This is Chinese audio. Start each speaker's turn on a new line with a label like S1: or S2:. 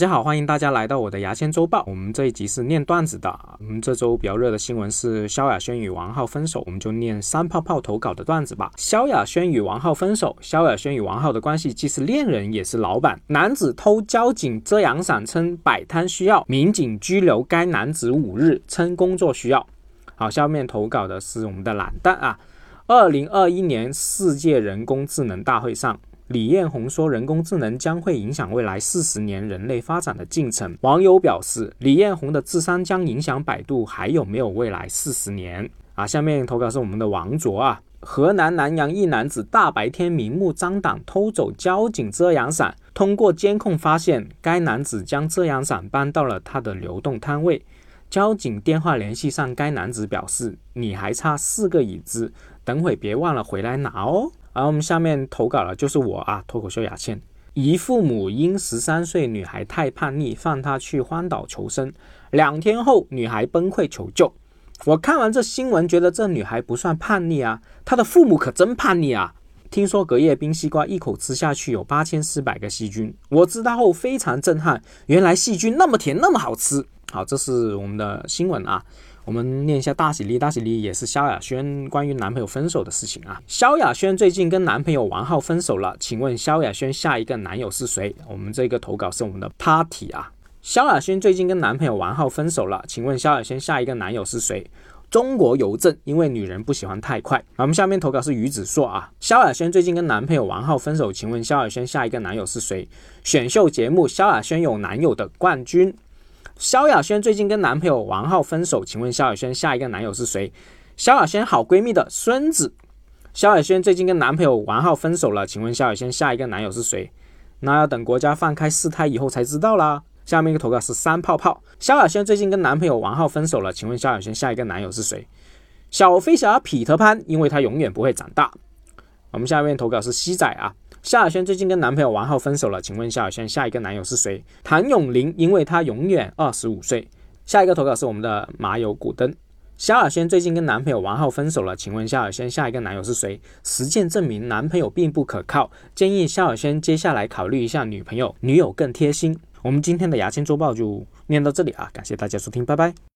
S1: 大家好，欢迎大家来到我的牙签周报。我们这一集是念段子的。我们这周比较热的新闻是萧亚轩与王浩分手，我们就念三泡泡投稿的段子吧。萧亚轩与王浩分手，萧亚轩与王浩的关系既是恋人也是老板。男子偷交警遮阳伞称摆摊需要，民警拘留该男子5日，称工作需要。好，下面投稿的是我们的懒蛋啊。2021年世界人工智能大会上，李彦宏说人工智能将会影响未来40年人类发展的进程。网友表示，李彦宏的智商将影响百度还有没有未来40年啊？下面投稿是我们的王卓啊。河南南阳一男子大白天明目张胆偷走交警遮阳伞，通过监控发现该男子将遮阳伞搬到了他的流动摊位。交警电话联系上该男子表示，你还差4个椅子，等会别忘了回来拿哦。而我们下面投稿了就是我啊，脱口秀牙签。姨父母因13岁女孩太叛逆，放她去荒岛求生，2天后女孩崩溃求救。我看完这新闻觉得这女孩不算叛逆啊，她的父母可真叛逆啊。听说隔夜冰西瓜一口吃下去有8400个细菌，我知道后非常震撼，原来细菌那么甜那么好吃。好，这是我们的新闻啊。我们念一下大喜利，大喜利也是萧亚轩关于男朋友分手的事情啊。萧亚轩最近跟男朋友王浩分手了，请问萧亚轩下一个男友是谁？我们这个投稿是我们的 Party 啊。萧亚轩最近跟男朋友王浩分手了，请问萧亚轩下一个男友是谁？中国邮政，因为女人不喜欢太快。我们下面投稿是于子硕啊。萧亚轩最近跟男朋友王浩分手，请问萧亚轩下一个男友是谁？选秀节目萧亚轩有男友的冠军。萧亚轩最近跟男朋友王浩分手，请问萧亚轩下一个男友是谁？萧亚轩好闺蜜的孙子。萧亚轩最近跟男朋友王浩分手了，请问萧亚轩下一个男友是谁？那要等国家放开4胎以后才知道啦。下面一个投稿是3泡泡。萧亚轩最近跟男朋友王浩分手了，请问萧亚轩下一个男友是谁？小飞侠彼得潘，因为他永远不会长大。我们下面投稿是西仔啊。萧亚轩最近跟男朋友王浩分手了，请问萧亚轩下一个男友是谁？谭咏麟，因为他永远25岁。下一个投稿是我们的马友古登。萧亚轩最近跟男朋友王浩分手了，请问萧亚轩下一个男友是谁？实践证明男朋友并不可靠，建议萧亚轩接下来考虑一下女朋友，女友更贴心。我们今天的牙签周报就念到这里啊，感谢大家收听，拜拜。